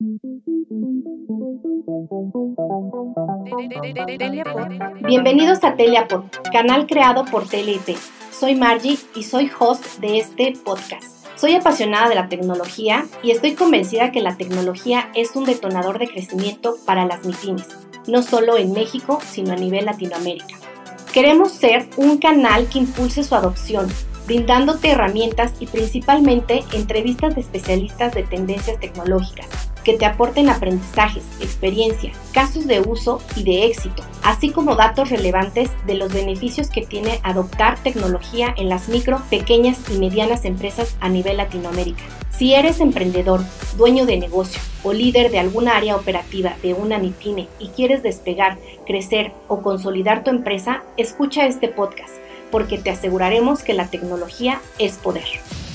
Bienvenidos a Teleapod, canal creado por TeleIP. Soy Margie y soy host de este podcast. Soy apasionada de la tecnología y estoy convencida que la tecnología es un detonador de crecimiento para las MIPYMES, no solo en México, sino a nivel Latinoamérica. Queremos ser un canal que impulse su adopción, brindándote herramientas y principalmente entrevistas de especialistas de tendencias tecnológicas que te aporten aprendizajes, experiencia, casos de uso y de éxito, así como datos relevantes de los beneficios que tiene adoptar tecnología en las micro, pequeñas y medianas empresas a nivel Latinoamérica. Si eres emprendedor, dueño de negocio o líder de alguna área operativa de una MIPYME y quieres despegar, crecer o consolidar tu empresa, escucha este podcast, porque te aseguraremos que la tecnología es poder.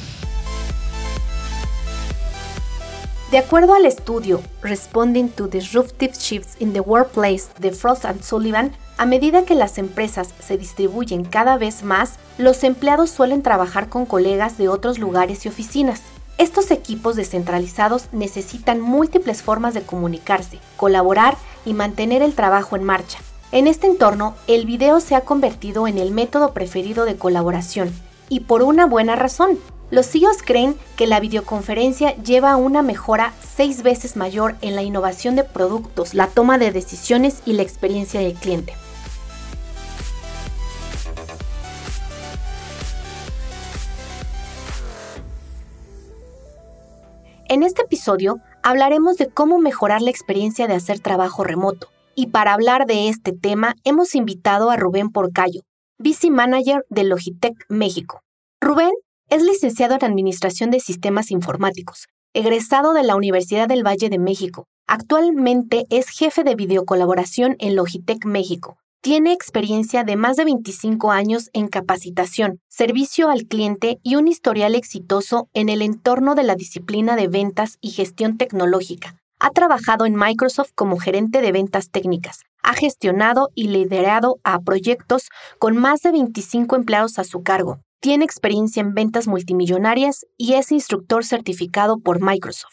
De acuerdo al estudio Responding to Disruptive Shifts in the Workplace de Frost & Sullivan, a medida que las empresas se distribuyen cada vez más, los empleados suelen trabajar con colegas de otros lugares y oficinas. Estos equipos descentralizados necesitan múltiples formas de comunicarse, colaborar y mantener el trabajo en marcha. En este entorno, el video se ha convertido en el método preferido de colaboración, y por una buena razón. Los CEOs creen que la videoconferencia lleva a una mejora 6 veces mayor en la innovación de productos, la toma de decisiones y la experiencia del cliente. En este episodio hablaremos de cómo mejorar la experiencia de hacer trabajo remoto. Y para hablar de este tema hemos invitado a Rubén Porcayo, Vice Manager de Logitech México. Rubén es licenciado en Administración de Sistemas Informáticos, egresado de la Universidad del Valle de México. Actualmente es jefe de videocolaboración en Logitech México. Tiene experiencia de más de 25 años en capacitación, servicio al cliente y un historial exitoso en el entorno de la disciplina de ventas y gestión tecnológica. Ha trabajado en Microsoft como gerente de ventas técnicas. Ha gestionado y liderado a proyectos con más de 25 empleados a su cargo. Tiene experiencia en ventas multimillonarias y es instructor certificado por Microsoft.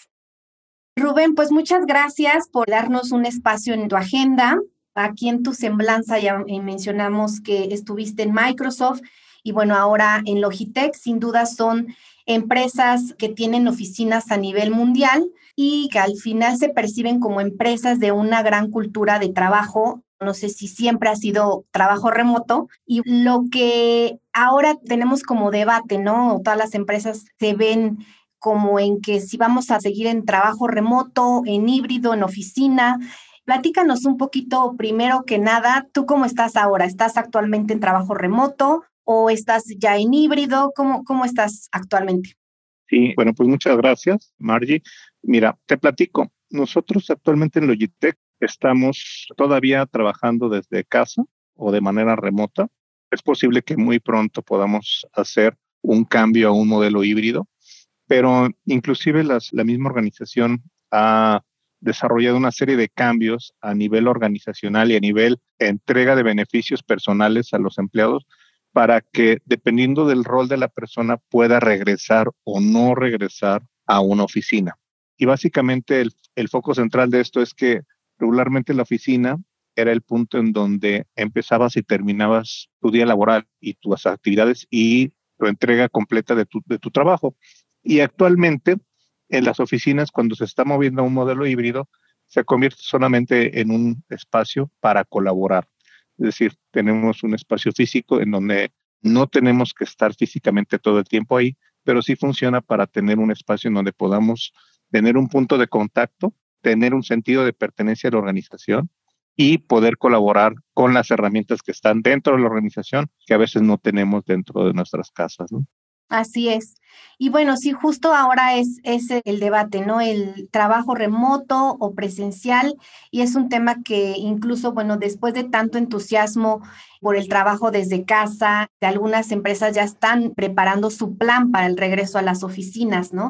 Rubén, pues muchas gracias por darnos un espacio en tu agenda. Aquí en tu semblanza ya mencionamos que estuviste en Microsoft y bueno, ahora en Logitech. Sin duda son empresas que tienen oficinas a nivel mundial y que al final se perciben como empresas de una gran cultura de trabajo. No sé si siempre ha sido trabajo remoto, y lo que ahora tenemos como debate, ¿no? Todas las empresas se ven como en que si vamos a seguir en trabajo remoto, en híbrido, en oficina. Platícanos un poquito, primero que nada, ¿tú cómo estás ahora? ¿Estás actualmente en trabajo remoto o estás ya en híbrido? ¿Cómo estás actualmente? Sí, bueno, pues muchas gracias, Margie. Mira, te platico. Nosotros actualmente en Logitech estamos todavía trabajando desde casa o de manera remota. Es posible que muy pronto podamos hacer un cambio a un modelo híbrido, pero inclusive la misma organización ha desarrollado una serie de cambios a nivel organizacional y a nivel entrega de beneficios personales a los empleados para que, dependiendo del rol de la persona, pueda regresar o no regresar a una oficina. Y básicamente el foco central de esto es que regularmente la oficina era el punto en donde empezabas y terminabas tu día laboral y tus actividades y tu entrega completa de tu trabajo. Y actualmente en las oficinas, cuando se está moviendo a un modelo híbrido, se convierte solamente en un espacio para colaborar. Es decir, tenemos un espacio físico en donde no tenemos que estar físicamente todo el tiempo ahí, pero sí funciona para tener un espacio en donde podamos tener un punto de contacto, tener un sentido de pertenencia a la organización y poder colaborar con las herramientas que están dentro de la organización que a veces no tenemos dentro de nuestras casas, ¿no? Así es. Y bueno, sí, justo ahora es el debate, ¿no? El trabajo remoto o presencial, y es un tema que incluso, bueno, después de tanto entusiasmo por el trabajo desde casa, algunas empresas ya están preparando su plan para el regreso a las oficinas, ¿no?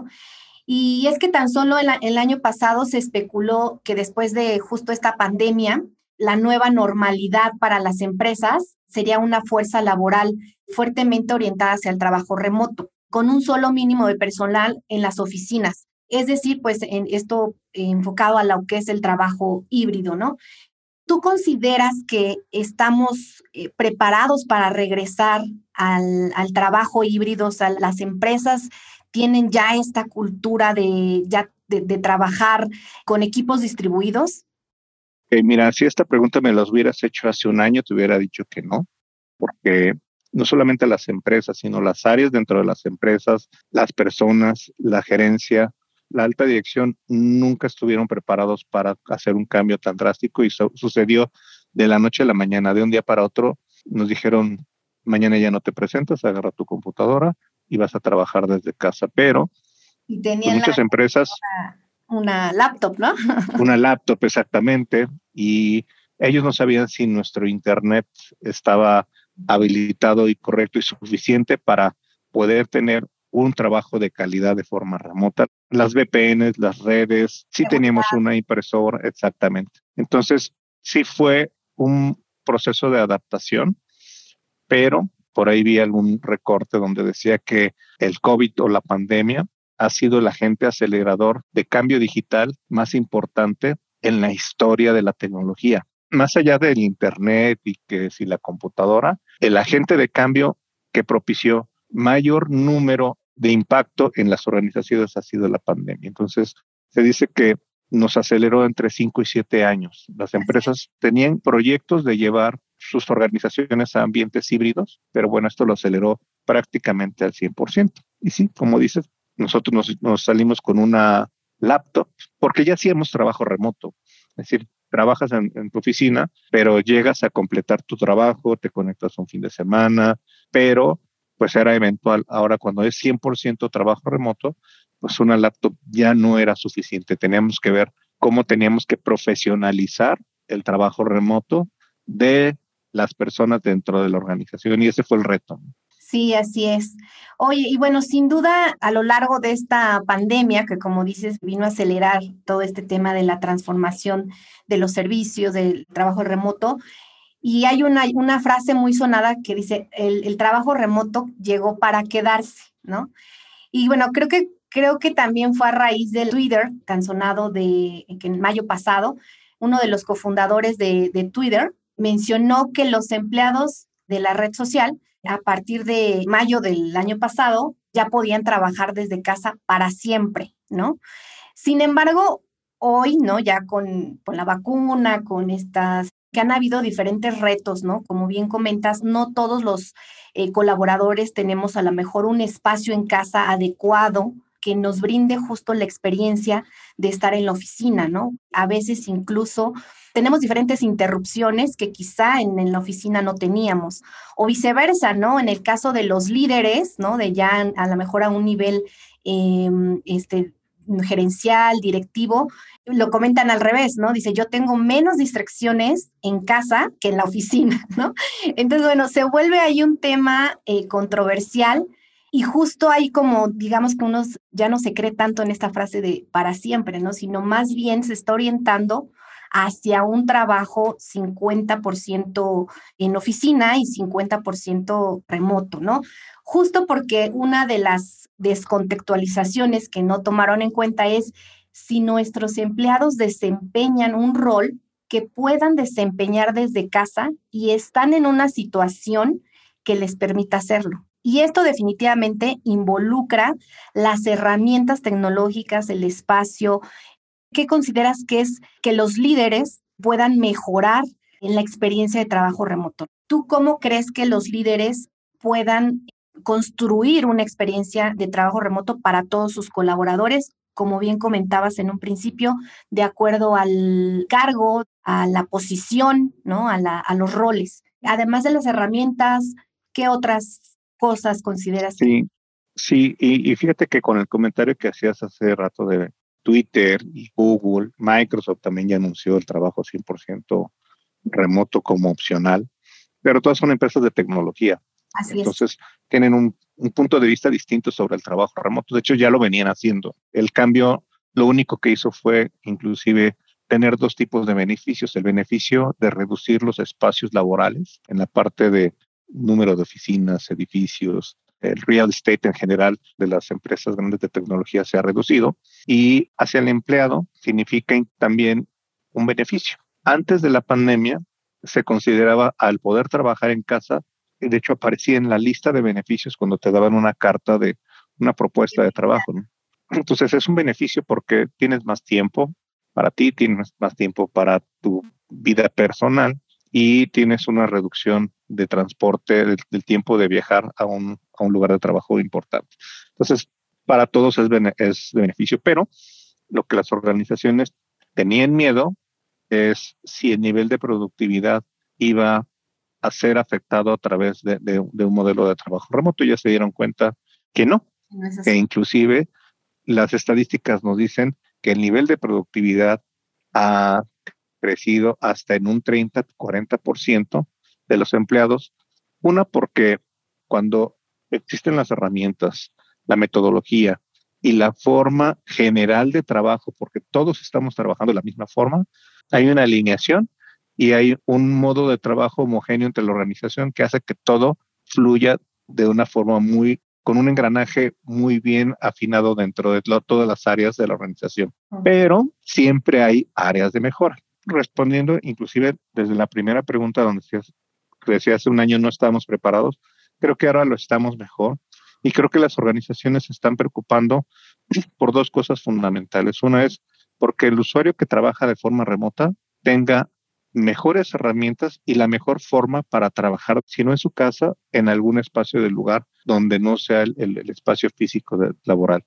Y es que tan solo el año pasado se especuló que después de justo esta pandemia, la nueva normalidad para las empresas sería una fuerza laboral fuertemente orientada hacia el trabajo remoto, con un solo mínimo de personal en las oficinas, Es decir, pues en esto enfocado a lo que es el trabajo híbrido, ¿no? ¿Tú consideras que estamos preparados para regresar al trabajo híbrido? O sea, las empresas tienen ya esta cultura de trabajar con equipos distribuidos. Mira, si esta pregunta me la hubieras hecho hace un año, te hubiera dicho que no, porque no solamente las empresas, sino las áreas dentro de las empresas, las personas, la gerencia, la alta dirección nunca estuvieron preparados para hacer un cambio tan drástico y sucedió de la noche a la mañana, de un día para otro. Nos dijeron, mañana ya no te presentas, agarra tu computadora y vas a trabajar desde casa. Pero Y pues tenían muchas empresas, una laptop, ¿no? una laptop exactamente, y ellos no sabían si nuestro internet estaba habilitado y correcto y suficiente para poder tener un trabajo de calidad de forma remota. Las VPNs, las redes, sí teníamos una impresora, exactamente. Entonces, sí fue un proceso de adaptación, pero por ahí vi algún recorte donde decía que el COVID o la pandemia ha sido el agente acelerador de cambio digital más importante en la historia de la tecnología. Más allá del Internet y que si la computadora, el agente de cambio que propició mayor número de impacto en las organizaciones ha sido la pandemia. Entonces, se dice que nos aceleró entre 5 y 7 años. Las empresas tenían proyectos de llevar sus organizaciones a ambientes híbridos, pero bueno, esto lo aceleró prácticamente al 100%. Y sí, como dices, nosotros nos salimos con una laptop porque ya hacíamos trabajo remoto. Es decir, trabajas en tu oficina, pero llegas a completar tu trabajo, te conectas un fin de semana, pero pues era eventual. Ahora, cuando es 100% trabajo remoto, pues una laptop ya no era suficiente. Teníamos que ver cómo teníamos que profesionalizar el trabajo remoto de las personas dentro de la organización y ese fue el reto. Sí, así es. Oye, y bueno, sin duda, a lo largo de esta pandemia, que como dices, vino a acelerar todo este tema de la transformación de los servicios, del trabajo remoto, y hay una frase muy sonada que dice, el trabajo remoto llegó para quedarse, ¿no? Y bueno, creo que también fue a raíz del Twitter, tan sonado que en mayo pasado, uno de los cofundadores de Twitter mencionó que los empleados de la red social, a partir de mayo del año pasado, ya podían trabajar desde casa para siempre, ¿no? Sin embargo, hoy, ¿no? Ya con la vacuna, con estas, que han habido diferentes retos, ¿no? Como bien comentas, no todos los colaboradores tenemos a lo mejor un espacio en casa adecuado que nos brinde justo la experiencia de estar en la oficina, ¿no? A veces incluso tenemos diferentes interrupciones que quizá en la oficina no teníamos, o viceversa, ¿no? En el caso de los líderes, ¿no? De ya a lo mejor a un nivel eh, este, gerencial, directivo, lo comentan al revés, ¿no? Dice, yo tengo menos distracciones en casa que en la oficina, ¿no? Entonces, bueno, se vuelve ahí un tema controversial y justo ahí como, digamos que uno ya no se cree tanto en esta frase de para siempre, ¿no? Sino más bien se está orientando hacia un trabajo 50% en oficina y 50% remoto, ¿no? Justo porque una de las descontextualizaciones que no tomaron en cuenta es si nuestros empleados desempeñan un rol que puedan desempeñar desde casa y están en una situación que les permita hacerlo. Y esto definitivamente involucra las herramientas tecnológicas, el espacio. ¿Qué consideras que es que los líderes puedan mejorar en la experiencia de trabajo remoto? ¿Tú cómo crees que los líderes puedan construir una experiencia de trabajo remoto para todos sus colaboradores? Como bien comentabas en un principio, de acuerdo al cargo, a la posición, ¿no? A los roles. Además de las herramientas, ¿qué otras cosas consideras que? Sí, sí, y fíjate que con el comentario que hacías hace rato de Twitter y Google, Microsoft también ya anunció el trabajo 100% remoto como opcional, pero todas son empresas de tecnología. Así es. Entonces, tienen un punto de vista distinto sobre el trabajo remoto. De hecho, ya lo venían haciendo. El cambio, lo único que hizo fue inclusive tener dos tipos de beneficios. El beneficio de reducir los espacios laborales en la parte de número de oficinas, edificios, el real estate en general de las empresas grandes de tecnología se ha reducido y hacia el empleado significa también un beneficio. Antes de la pandemia se consideraba al poder trabajar en casa, de hecho aparecía en la lista de beneficios cuando te daban una carta de una propuesta de trabajo, ¿no? Entonces es un beneficio porque tienes más tiempo para ti, tienes más tiempo para tu vida personal y tienes una reducción de transporte, del tiempo de viajar a un lugar de trabajo importante. Entonces, para todos es de beneficio, pero lo que las organizaciones tenían miedo es si el nivel de productividad iba a ser afectado a través de un modelo de trabajo remoto. Ya se dieron cuenta que no, que inclusive las estadísticas nos dicen que el nivel de productividad ha crecido hasta en un 30-40% de los empleados. Una, porque cuando existen las herramientas, la metodología y la forma general de trabajo, porque todos estamos trabajando de la misma forma, hay una alineación y hay un modo de trabajo homogéneo entre la organización que hace que todo fluya de una forma con un engranaje muy bien afinado dentro de todas las áreas de la organización. Pero siempre hay áreas de mejora. Respondiendo inclusive desde la primera pregunta donde decía hace un año no estábamos preparados, creo que ahora lo estamos mejor y creo que las organizaciones se están preocupando por dos cosas fundamentales. Una es porque el usuario que trabaja de forma remota tenga mejores herramientas y la mejor forma para trabajar, si no en su casa, en algún espacio del lugar donde no sea el espacio físico laboral.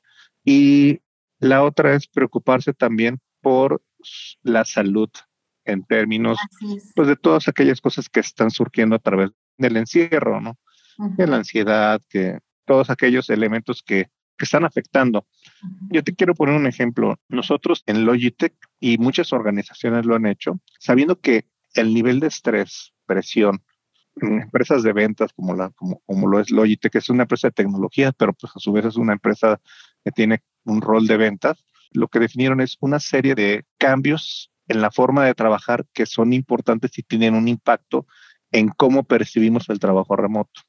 Y la otra es preocuparse también por la salud en términos pues, de todas aquellas cosas que están surgiendo a través del encierro, ¿no? De la ansiedad, que todos aquellos elementos que están afectando. Yo te quiero poner un ejemplo. Nosotros en Logitech y muchas organizaciones lo han hecho, sabiendo que el nivel de estrés, presión, en empresas de ventas como lo es Logitech, que es una empresa de tecnología, pero pues a su vez es una empresa que tiene un rol de ventas, lo que definieron es una serie de cambios en la forma de trabajar que son importantes y tienen un impacto en cómo percibimos el trabajo remoto.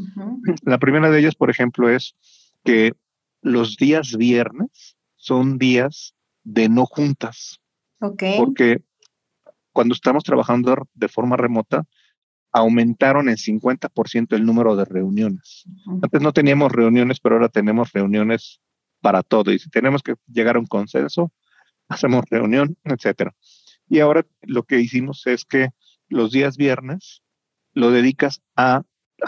La primera de ellas, por ejemplo, es que los días viernes son días de no juntas. Porque cuando estamos trabajando de forma remota, aumentaron en 50% el número de reuniones. Antes no teníamos reuniones, pero ahora tenemos reuniones para todo. Y si tenemos que llegar a un consenso, hacemos reunión, etcétera. Y ahora lo que hicimos es que los días viernes lo dedicas a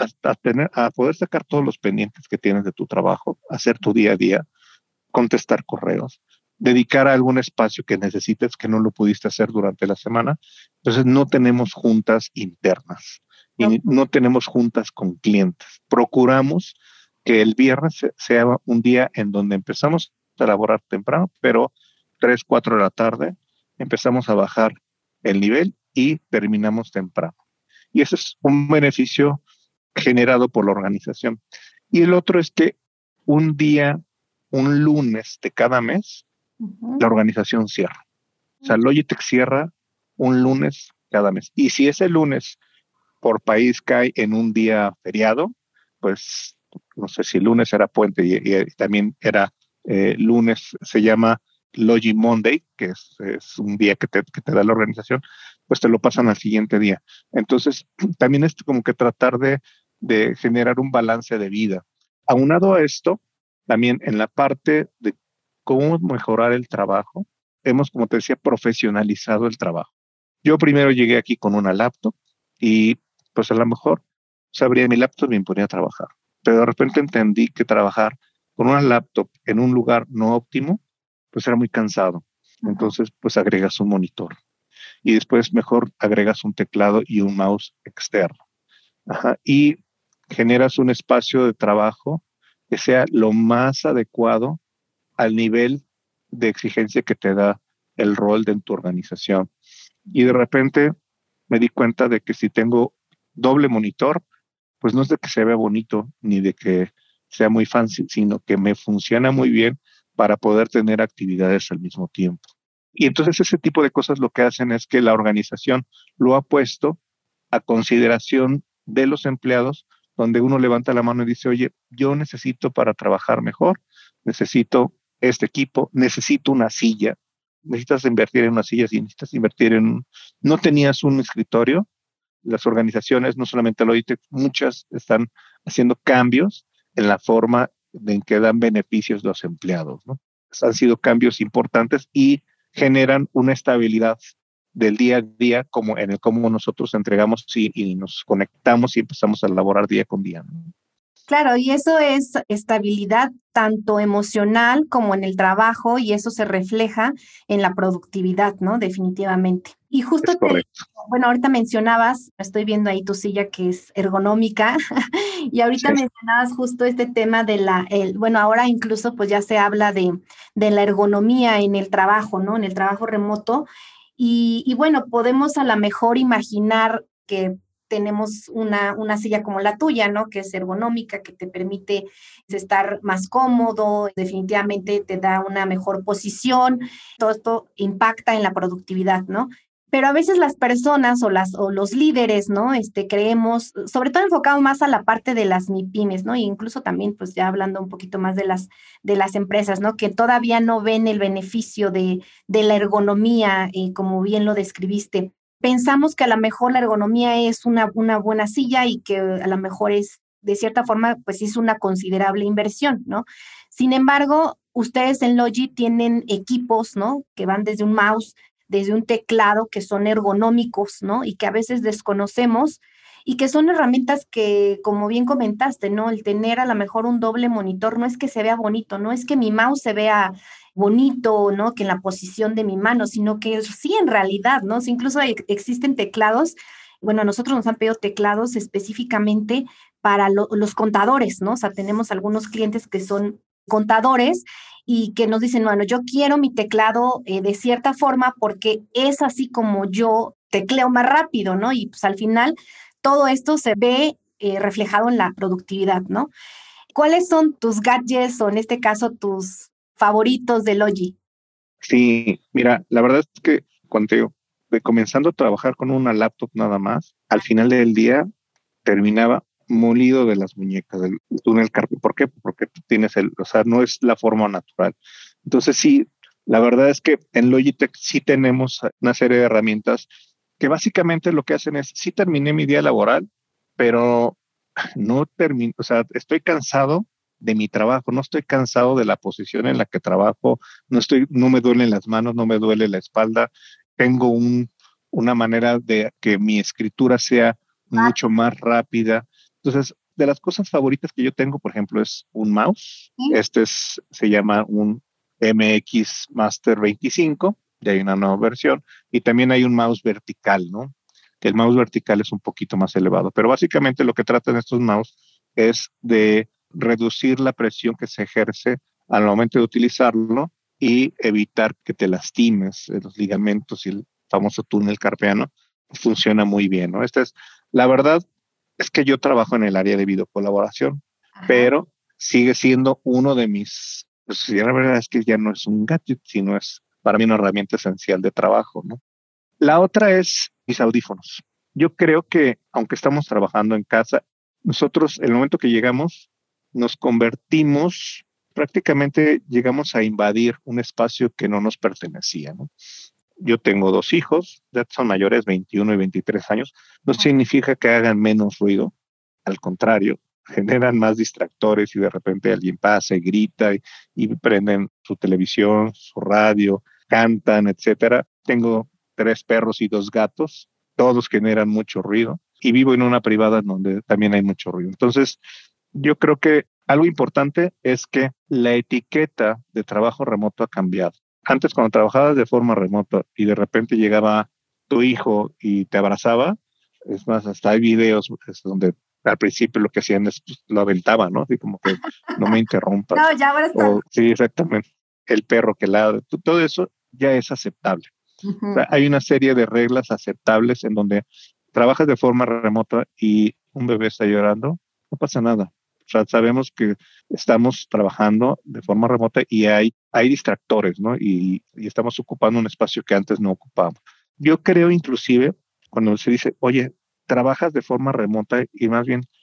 poder sacar todos los pendientes que tienes de tu trabajo, hacer tu día a día, contestar correos, dedicar a algún espacio que necesites que no lo pudiste hacer durante la semana. Entonces no tenemos juntas internas y no tenemos juntas con clientes. Procuramos que el viernes sea un día en donde empezamos a elaborar temprano, pero 3, 4 de la tarde empezamos a bajar el nivel y terminamos temprano. Y ese es un beneficio generado por la organización. Y el otro es que un lunes de cada mes, la organización cierra. O sea, Logitech cierra un lunes cada mes. Y si ese lunes por país cae en un día feriado, pues no sé si el lunes era puente y también era lunes, se llama Logi Monday, que es un día que te da la organización, pues te lo pasan al siguiente día. Entonces, también es como que tratar de generar un balance de vida. Aunado a esto, también en la parte de cómo mejorar el trabajo, hemos, como te decía, profesionalizado el trabajo. Yo primero llegué aquí con una laptop y pues a lo mejor abría mi laptop y me ponía a trabajar. Pero de repente entendí que trabajar con una laptop en un lugar no óptimo, pues era muy cansado. Entonces, pues agregas un monitor y después mejor agregas un teclado y un mouse externo. Y generas un espacio de trabajo que sea lo más adecuado al nivel de exigencia que te da el rol de tu organización. Y de repente me di cuenta de que si tengo doble monitor, pues no es de que se vea bonito ni de que sea muy fancy, sino que me funciona muy bien para poder tener actividades al mismo tiempo. Y entonces ese tipo de cosas lo que hacen es que la organización lo ha puesto a consideración de los empleados donde uno levanta la mano y dice, oye, yo necesito para trabajar mejor, necesito este equipo, necesito una silla, necesitas invertir en una silla, si necesitas invertir no tenías un escritorio, las organizaciones, no solamente Logitech, muchas están haciendo cambios en la forma en que dan beneficios los empleados, ¿no? Han sido cambios importantes y generan una estabilidad del día a día, como en el cómo nosotros entregamos y nos conectamos y empezamos a elaborar día con día, ¿no? Claro, y eso es estabilidad tanto emocional como en el trabajo, y eso se refleja en la productividad, ¿no? Definitivamente. Y Es justo correcto. bueno, ahorita mencionabas, estoy viendo ahí tu silla que es ergonómica, y ahorita Sí, mencionabas justo este tema de bueno, ahora incluso pues ya se habla de la ergonomía en el trabajo, ¿no? En el trabajo remoto. Y bueno, podemos a lo mejor imaginar que tenemos una silla como la tuya, ¿no? Que es ergonómica, que te permite estar más cómodo, definitivamente te da una mejor posición. Todo esto impacta en la productividad, ¿no? Pero a veces las personas o los líderes, ¿no? Creemos, sobre todo enfocado más a la parte de las MIPIMES, ¿no? E incluso también, pues ya hablando un poquito más de las empresas, ¿no? Que todavía no ven el beneficio de la ergonomía, como bien lo describiste. Pensamos que a lo mejor la ergonomía es una buena silla y que a lo mejor es, de cierta forma, pues es una considerable inversión, ¿no? Sin embargo, ustedes en Logi tienen equipos, ¿no? Que van desde un mouse, desde un teclado, que son ergonómicos, ¿no? Y que a veces desconocemos y que son herramientas que, como bien comentaste, ¿no? El tener a lo mejor un doble monitor no es que se vea bonito, no es que mi mouse se vea bonito, ¿no? Que en la posición de mi mano, sino que sí en realidad, ¿no? Si incluso existen teclados, bueno, a nosotros nos han pedido teclados específicamente para los contadores, ¿no? O sea, tenemos algunos clientes que son contadores y que nos dicen, bueno, yo quiero mi teclado de cierta forma porque es así como yo tecleo más rápido, ¿no? Y pues al final todo esto se ve reflejado en la productividad, ¿no? ¿Cuáles son tus gadgets o en este caso tus favoritos de Logi? sí, mira, la verdad es que cuando te digo, comenzando a trabajar con una laptop nada más, al final del día terminaba molido de las muñecas, del túnel carpio. ¿Por qué? Porque tú tienes o sea, no es la forma natural. Entonces sí, la verdad es que en Logitech sí tenemos una serie de herramientas que básicamente lo que hacen es, sí terminé mi día laboral, pero no termino, o sea, estoy cansado de mi trabajo, no estoy cansado de la posición en la que trabajo, no me duelen las manos, no me duele la espalda, tengo una manera de que mi escritura sea mucho más rápida. Entonces, de las cosas favoritas que yo tengo, por ejemplo, es un mouse. Se llama un MX Master 25, y hay una nueva versión, y también hay un mouse vertical, ¿no? Que el mouse vertical es un poquito más elevado, pero básicamente lo que tratan estos mouse es de reducir la presión que se ejerce al momento de utilizarlo y evitar que te lastimes los ligamentos y el famoso túnel carpiano. Funciona muy bien, ¿no? La verdad es que yo trabajo en el área de videocolaboración, Ajá. pero sigue siendo uno de pues ya la verdad es que ya no es un gadget, sino es para mí una herramienta esencial de trabajo, ¿no? La otra es mis audífonos. Yo creo que aunque estamos trabajando en casa, nosotros, el momento que llegamos, nos convertimos, prácticamente llegamos a invadir un espacio que no nos pertenecía, ¿no? Yo tengo dos hijos, ya son mayores, 21 y 23 años. No significa que hagan menos ruido, al contrario, generan más distractores y de repente alguien pasa y grita y prenden su televisión, su radio, cantan, etcétera. Tengo tres perros y dos gatos, todos generan mucho ruido y vivo en una privada en donde también hay mucho ruido. Entonces, yo creo que algo importante es que la etiqueta de trabajo remoto ha cambiado. Antes, cuando trabajabas de forma remota y de repente llegaba tu hijo y te abrazaba, es más, hasta hay videos donde al principio lo que hacían es pues, lo aventaban, ¿no? Así como que no me No, interrumpas. ya ahora está. O sí, exactamente. El perro que ladra, todo eso ya es aceptable. O Ujú. sea, hay una serie de reglas aceptables en donde trabajas de forma remota y un bebé está llorando, no pasa nada. O sea, sabemos que estamos trabajando de forma remota y hay distractores, ¿no? Y estamos ocupando un espacio que antes no ocupábamos. Yo creo inclusive cuando se dice, oye, trabajas de forma remota y más bien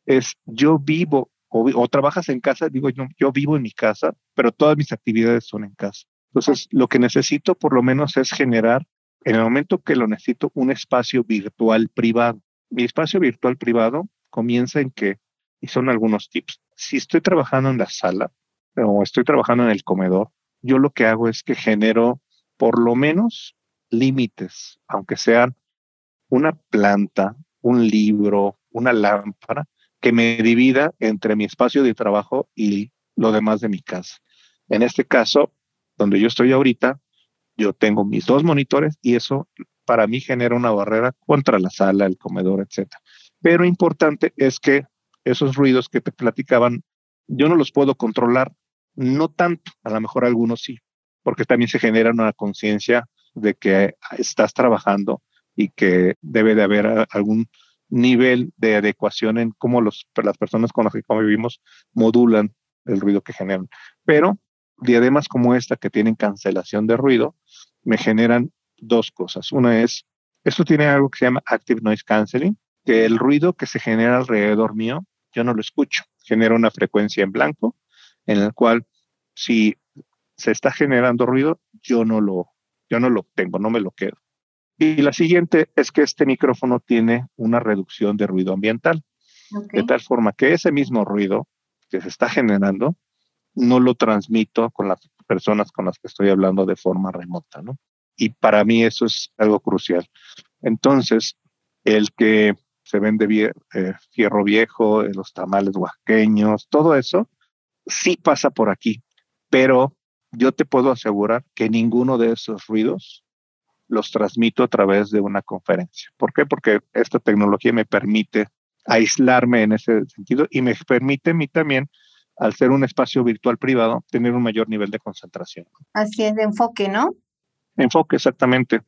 es yo vivo o trabajas en casa, digo, yo vivo en mi casa, pero todas mis actividades son en casa. Entonces, lo que necesito por lo menos es generar, en el momento que lo necesito, un espacio virtual privado. Mi espacio virtual privado comienza en que, y son algunos tips, si estoy trabajando en la sala o estoy trabajando en el comedor, yo lo que hago es que genero por lo menos límites, aunque sean una planta, un libro, una lámpara, que me divida entre mi espacio de trabajo y lo demás de mi casa. En este caso, donde yo estoy ahorita, yo tengo mis dos monitores y eso para mí genera una barrera contra la sala, el comedor, etcétera. Pero importante es que esos ruidos que te platicaban, yo no los puedo controlar, no tanto, a lo mejor algunos sí, porque también se genera una conciencia de que estás trabajando y que debe de haber algún nivel de adecuación en cómo las personas con las que convivimos modulan el ruido que generan. Pero diademas como esta que tienen cancelación de ruido me generan dos cosas. Una es, esto tiene algo que se llama Active Noise Cancelling, que el ruido que se genera alrededor mío, yo no lo escucho. Genera una frecuencia en blanco en el cual si se está generando ruido, yo no lo tengo, no me lo quedo. Y la siguiente es que este micrófono tiene una reducción de ruido ambiental, de tal forma que ese mismo ruido que se está generando no lo transmito con las personas con las que estoy hablando de forma remota, ¿no? Y para mí eso es algo crucial. Entonces, el que se vende fierro viejo, los tamales oaxaqueños, todo eso sí pasa por aquí, pero yo te puedo asegurar que ninguno de esos ruidos los transmito a través de una conferencia. ¿Por qué? Porque esta tecnología me permite aislarme en ese sentido y me permite a mí también, al ser un espacio virtual privado, tener un mayor nivel de concentración. Así es, de enfoque, ¿no? Enfoque, exactamente.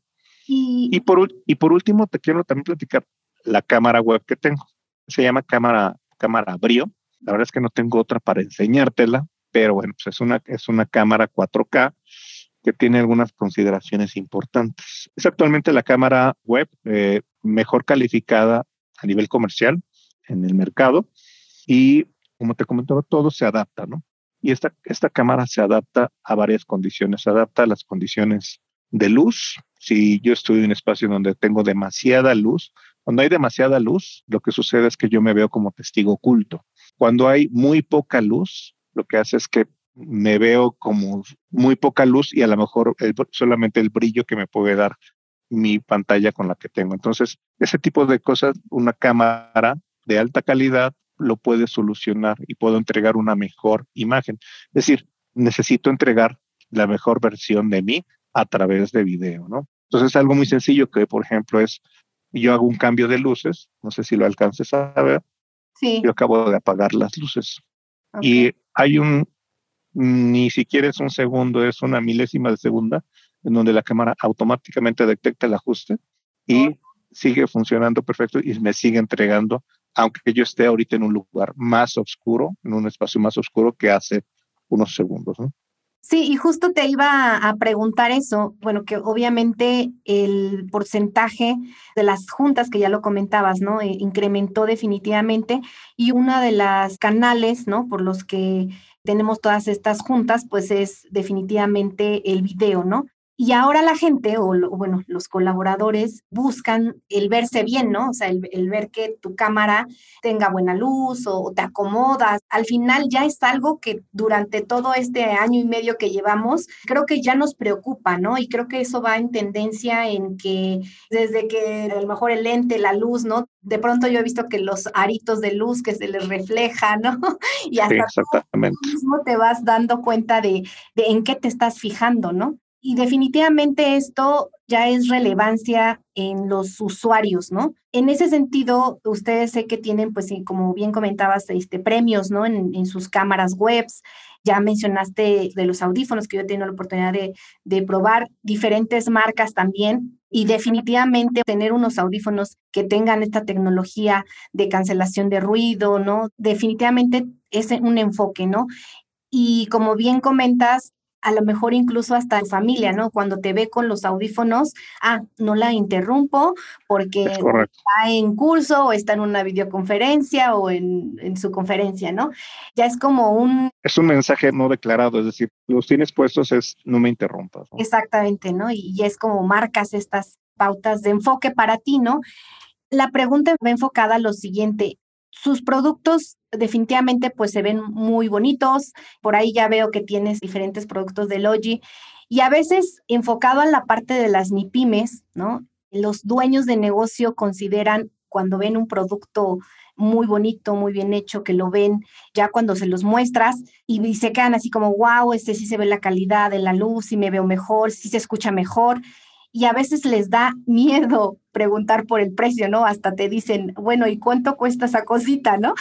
Y por último, te quiero también platicar la cámara web que tengo. Se llama cámara Brio. La verdad es que no tengo otra para enseñártela, pero bueno, pues es una cámara 4K que tiene algunas consideraciones importantes. Es actualmente la cámara web mejor calificada a nivel comercial en el mercado y como te comentaba, todo se adapta, ¿no? Y esta cámara se adapta a varias condiciones, se adapta a las condiciones de luz. Si yo estoy en un espacio donde tengo demasiada luz, cuando hay demasiada luz, lo que sucede es que yo me veo como testigo oculto. Cuando hay muy poca luz, lo que hace es que me veo como muy poca luz y a lo mejor solamente el brillo que me puede dar mi pantalla con la que tengo. Entonces, ese tipo de cosas, una cámara de alta calidad lo puede solucionar y puedo entregar una mejor imagen. Es decir, necesito entregar la mejor versión de mí a través de video, ¿no? Entonces, algo muy sencillo que, por ejemplo, es yo hago un cambio de luces, no sé si lo alcances a ver, Sí. yo acabo de apagar las luces Okay. y hay ni siquiera es un segundo, es una milésima de segunda, en donde la cámara automáticamente detecta el ajuste y sigue funcionando perfecto y me sigue entregando, aunque yo esté ahorita en un lugar más oscuro, en un espacio más oscuro que hace unos segundos, ¿no? Sí, y justo te iba a preguntar eso, bueno, que obviamente el porcentaje de las juntas, que ya lo comentabas, ¿no? Incrementó definitivamente y una de las canales, ¿no? Por los que tenemos todas estas juntas, pues es definitivamente el video, ¿no? Y ahora la gente, bueno, los colaboradores buscan el verse bien, ¿no? O sea, el ver que tu cámara tenga buena luz o te acomodas. Al final ya es algo que durante todo este año y medio que llevamos, creo que ya nos preocupa, ¿no? Y creo que eso va en tendencia en que desde que a lo mejor el lente, la luz, ¿no? De pronto yo he visto que los aritos de luz que se les refleja, ¿no? Y Sí, hasta tú exactamente. mismo te vas dando cuenta de en qué te estás fijando, ¿no? Y definitivamente esto ya es relevancia en los usuarios, ¿no? En ese sentido, ustedes sé que tienen, pues, sí, como bien comentabas, premios, ¿no? En sus cámaras webs. Ya mencionaste de los audífonos, que yo he tenido la oportunidad de probar diferentes marcas también. Y definitivamente tener unos audífonos que tengan esta tecnología de cancelación de ruido, ¿no? Definitivamente es un enfoque, ¿no? Y como bien comentas, a lo mejor incluso hasta tu familia, ¿no? Cuando te ve con los audífonos, no la interrumpo Es porque o correcto. está en curso o está en una videoconferencia o en su conferencia, ¿no? Ya es como Es un mensaje no declarado, es decir, los tienes puestos es no me interrumpas, ¿no? exactamente, ¿no? Y ya es como marcas estas pautas de enfoque para ti, ¿no? La pregunta va enfocada a lo siguiente. Sus productos definitivamente pues se ven muy bonitos. Por ahí ya veo que tienes diferentes productos de Logi y a veces enfocado a la parte de las MIPYMES, ¿no? Los dueños de negocio consideran cuando ven un producto muy bonito, muy bien hecho, que lo ven ya cuando se los muestras y se quedan así como, wow, este sí se ve la calidad de la luz, sí me veo mejor, sí se escucha mejor y a veces les da miedo preguntar por el precio, ¿no? Hasta te dicen, bueno, ¿y cuánto cuesta esa cosita, no?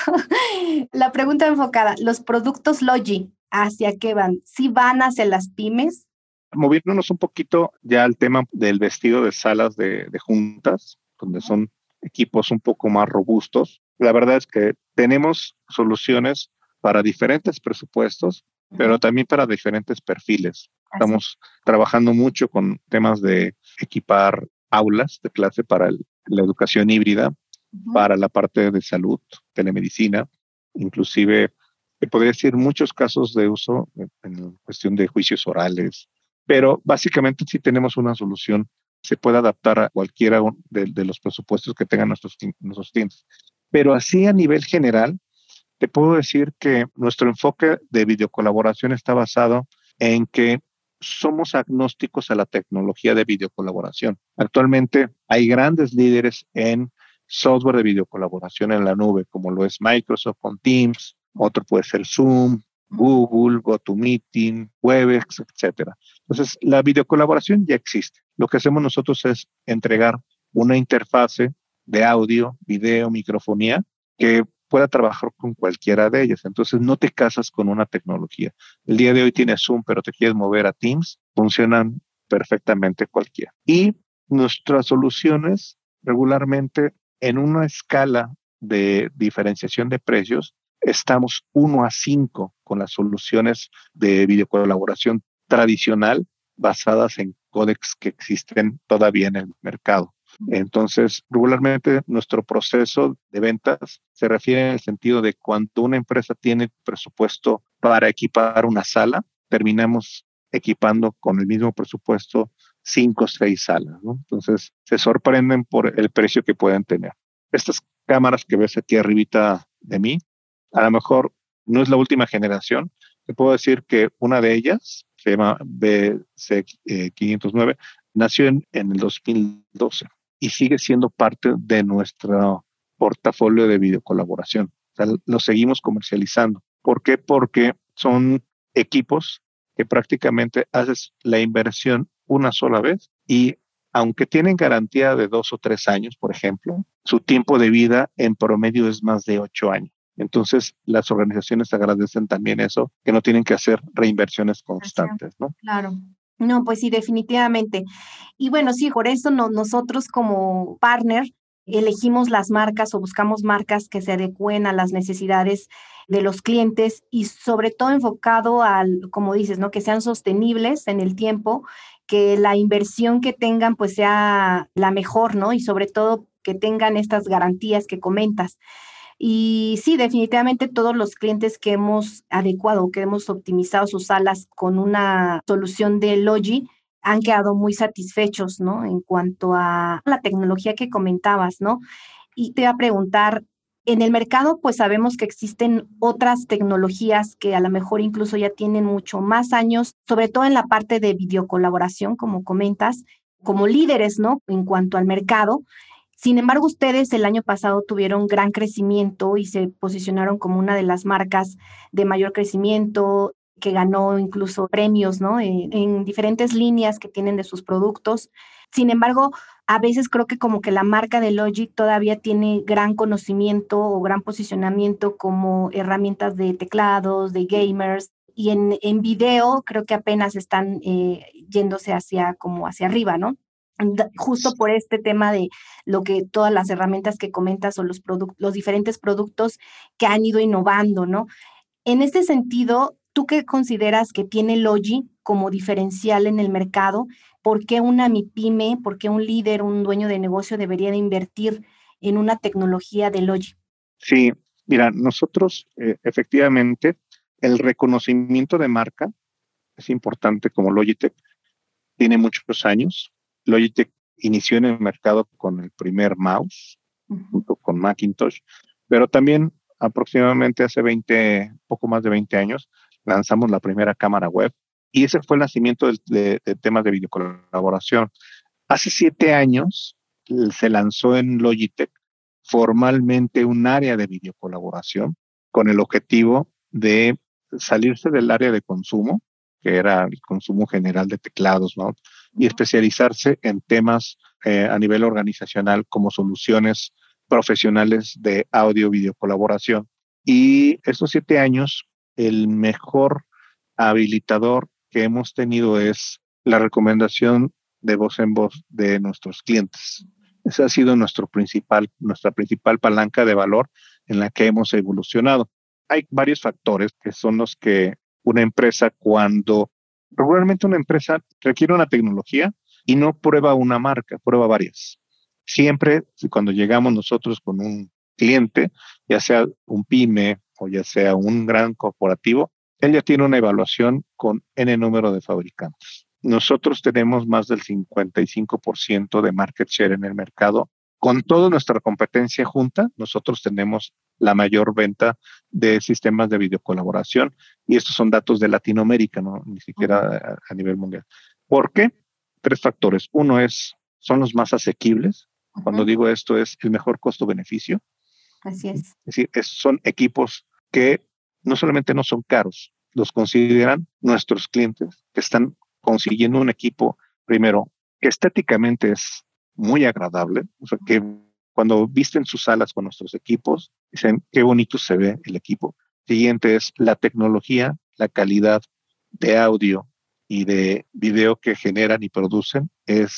La pregunta enfocada, ¿los productos Logi hacia qué van? ¿Sí van hacia las pymes? Moviéndonos un poquito ya al tema del vestido de salas de juntas, donde son equipos un poco más robustos. La verdad es que tenemos soluciones para diferentes presupuestos, pero también para diferentes perfiles. Así. Estamos trabajando mucho con temas de equipar aulas de clase para la educación híbrida, Ujú. para la parte de salud, telemedicina, inclusive, te podría decir muchos casos de uso en cuestión de juicios orales, pero básicamente sí tenemos una solución, se puede adaptar a cualquiera de los presupuestos que tengan nuestros clientes. Pero así a nivel general, te puedo decir que nuestro enfoque de videocolaboración está basado en que somos agnósticos a la tecnología de videocolaboración. Actualmente hay grandes líderes en software de videocolaboración en la nube, como lo es Microsoft con Teams, otro puede ser Zoom, Google, GoToMeeting, Webex, etcétera. Entonces, la videocolaboración ya existe. Lo que hacemos nosotros es entregar una interfase de audio, video, microfonía que pueda trabajar con cualquiera de ellas. Entonces, no te casas con una tecnología. El día de hoy tienes Zoom, pero te quieres mover a Teams, funcionan perfectamente cualquiera. Y nuestras soluciones regularmente en una escala de diferenciación de precios, estamos 1 a 5 con las soluciones de videocolaboración tradicional basadas en códecs que existen todavía en el mercado. Entonces, regularmente nuestro proceso de ventas se refiere en el sentido de cuando una empresa tiene presupuesto para equipar una sala, terminamos equipando con el mismo presupuesto 5 o 6 salas, ¿no? Entonces, se sorprenden por el precio que pueden tener. Estas cámaras que ves aquí arribita de mí, a lo mejor no es la última generación. Te puedo decir que una de ellas, se llama BC509, nació en el 2012 y sigue siendo parte de nuestro portafolio de videocolaboración. O sea, lo seguimos comercializando. ¿Por qué? Porque son equipos que prácticamente haces la inversión una sola vez y aunque tienen garantía de 2 o 3 años, por ejemplo, su tiempo de vida en promedio es más de 8 años. Entonces, las organizaciones agradecen también eso, que no tienen que hacer reinversiones constantes, ¿no? Claro. No, pues sí, definitivamente. Y bueno, sí, por eso nosotros como partner elegimos las marcas o buscamos marcas que se adecúen a las necesidades de los clientes y sobre todo enfocado al, como dices, ¿no? Que sean sostenibles en el tiempo, que la inversión que tengan pues sea la mejor, ¿no? Y sobre todo que tengan estas garantías que comentas. Y sí, definitivamente todos los clientes que hemos adecuado, que hemos optimizado sus salas con una solución de Logi, han quedado muy satisfechos, ¿no? En cuanto a la tecnología que comentabas, ¿no? Y te iba a preguntar, en el mercado, pues sabemos que existen otras tecnologías que a lo mejor incluso ya tienen mucho más años, sobre todo en la parte de videocolaboración, como comentas, como líderes, ¿no? En cuanto al mercado. Sin embargo, ustedes el año pasado tuvieron gran crecimiento y se posicionaron como una de las marcas de mayor crecimiento, que ganó incluso premios, ¿no? En diferentes líneas que tienen de sus productos. Sin embargo, a veces creo que como que la marca de Logic todavía tiene gran conocimiento o gran posicionamiento como herramientas de teclados, de gamers, y en video creo que apenas están yéndose hacia como hacia arriba, ¿no? Justo por este tema de lo que todas las herramientas que comentas o los diferentes productos que han ido innovando, ¿no? En este sentido, ¿Tú qué consideras que tiene Logi como diferencial en el mercado? ¿Por qué una MIPYME, por qué un líder, un dueño de negocio debería de invertir en una tecnología de Logi? Sí, mira, nosotros efectivamente el reconocimiento de marca es importante como Logitech. Tiene muchos años. Logitech inició en el mercado con el primer mouse, junto con Macintosh, pero también aproximadamente hace poco más de 20 años, lanzamos la primera cámara web y ese fue el nacimiento de temas de videocolaboración. Hace 7 años se lanzó en Logitech formalmente un área de videocolaboración con el objetivo de salirse del área de consumo, que era el consumo general de teclados, ¿no? Y especializarse en temas a nivel organizacional como soluciones profesionales de audio videocolaboración. Y estos 7 años, el mejor habilitador que hemos tenido es la recomendación de voz en voz de nuestros clientes. Esa ha sido nuestra principal palanca de valor en la que hemos evolucionado. Hay varios factores que son los que una empresa, cuando regularmente una empresa requiere una tecnología y no prueba una marca, prueba varias. Siempre cuando llegamos nosotros con un cliente, ya sea un pyme o ya sea un gran corporativo, él ya tiene una evaluación con N número de fabricantes. Nosotros tenemos más del 55% de market share en el mercado. Con toda nuestra competencia junta, nosotros tenemos la mayor venta de sistemas de videocolaboración y estos son datos de Latinoamérica, ¿no? Ni siquiera a nivel mundial. ¿Por qué? 3 factores. Uno son los más asequibles. Cuando digo esto es el mejor costo-beneficio. Así es. Es decir, son equipos que no solamente no son caros, los consideran nuestros clientes que están consiguiendo un equipo, primero, que estéticamente es muy agradable, o sea, que cuando visten sus salas con nuestros equipos, dicen qué bonito se ve el equipo. Siguiente es la tecnología, la calidad de audio y de video que generan y producen